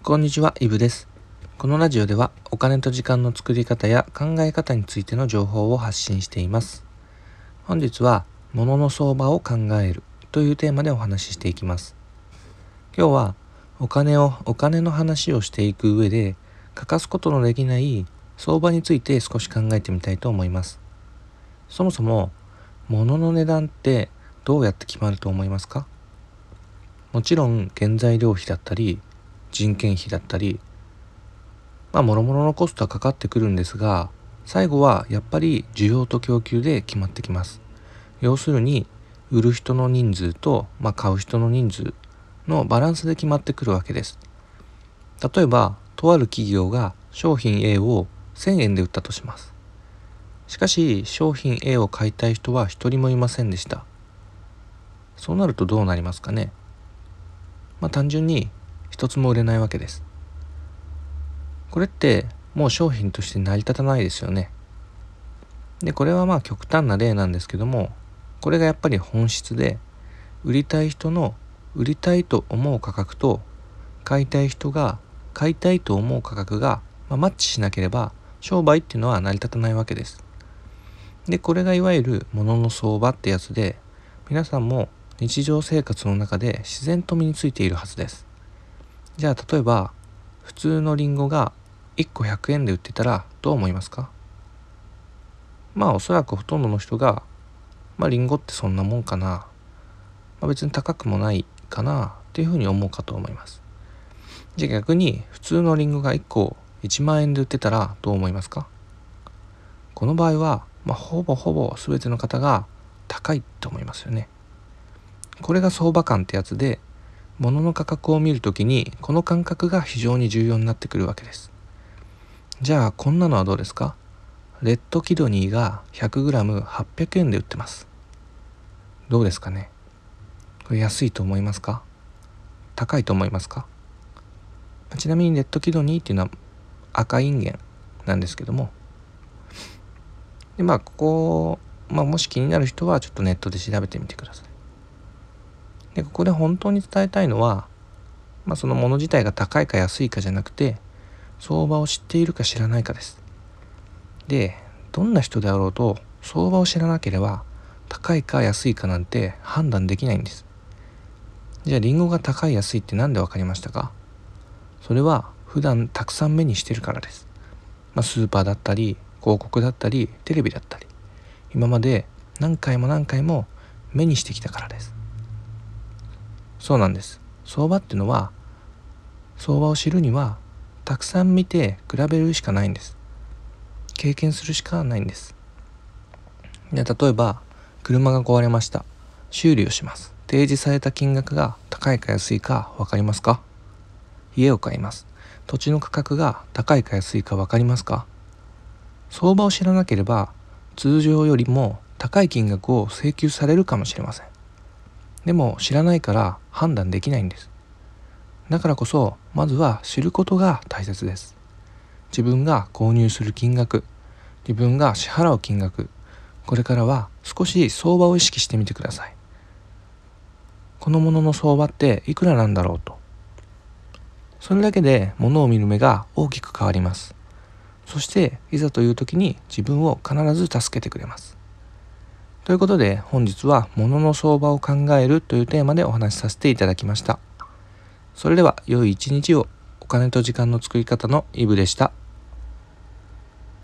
こんにちは、イブです。このラジオではお金と時間の作り方や考え方についての情報を発信しています。本日は物の相場を考えるというテーマでお話ししていきます。今日はお金の話をしていく上で欠かすことのできない相場について少し考えてみたいと思います。そもそも物の値段ってどうやって決まると思いますか？もちろん原材料費だったり人件費だったり諸々のコストはかかってくるんですが、最後はやっぱり需要と供給で決まってきます。要するに売る人の人数と、買う人の人数のバランスで決まってくるわけです。例えばとある企業が商品 A を1000円で売ったとします。しかし商品 A を買いたい人は一人もいませんでした。そうなるとどうなりますかね。単純に一つも売れないわけです。これってもう商品として成り立たないですよね。で、これは極端な例なんですけども、これがやっぱり本質で、売りたい人の売りたいと思う価格と買いたい人が買いたいと思う価格が、マッチしなければ商売っていうのは成り立たないわけです。で、これがいわゆる物の相場ってやつで、皆さんも日常生活の中で自然と身についているはずです。じゃあ例えば普通のリンゴが1個100円で売ってたらどう思いますか？おそらくほとんどの人がリンゴってそんなもんかな、別に高くもないかなっていうふうに思うかと思います。じゃあ逆に普通のリンゴが1個1万円で売ってたらどう思いますか？この場合は、ほぼ全ての方が高いと思いますよね。これが相場感ってやつで、物の価格を見るときにこの感覚が非常に重要になってくるわけです。じゃあこんなのはどうですか？レッドキドニーが 100g800 円で売ってます。どうですかね。これ安いと思いますか？高いと思いますか？ちなみにレッドキドニーっていうのは赤インゲンなんですけども、でここ、もし気になる人はちょっとネットで調べてみてください。で、ここで本当に伝えたいのは、そのもの自体が高いか安いかじゃなくて、相場を知っているか知らないかです。で、どんな人であろうと相場を知らなければ高いか安いかなんて判断できないんです。じゃあリンゴが高い安いって何で分かりましたか？それは普段たくさん目にしてるからです。スーパーだったり広告だったりテレビだったり、今まで何回も目にしてきたからです。そうなんです。相場ってのは、相場を知るにはたくさん見て比べるしかないんです。経験するしかないんです。例えば車が壊れました。修理をします。提示された金額が高いか安いか分かりますか？家を買います。土地の価格が高いか安いか分かりますか？相場を知らなければ通常よりも高い金額を請求されるかもしれません。でも知らないから判断できないんです。だからこそまずは知ることが大切です。自分が購入する金額、自分が支払う金額、これからは少し相場を意識してみてください。このものの相場っていくらなんだろうと。それだけで物を見る目が大きく変わります。そしていざという時に自分を必ず助けてくれます。ということで本日は物の相場を考えるというテーマでお話しさせていただきました。それでは良い一日を。お金と時間の作り方のイブでした。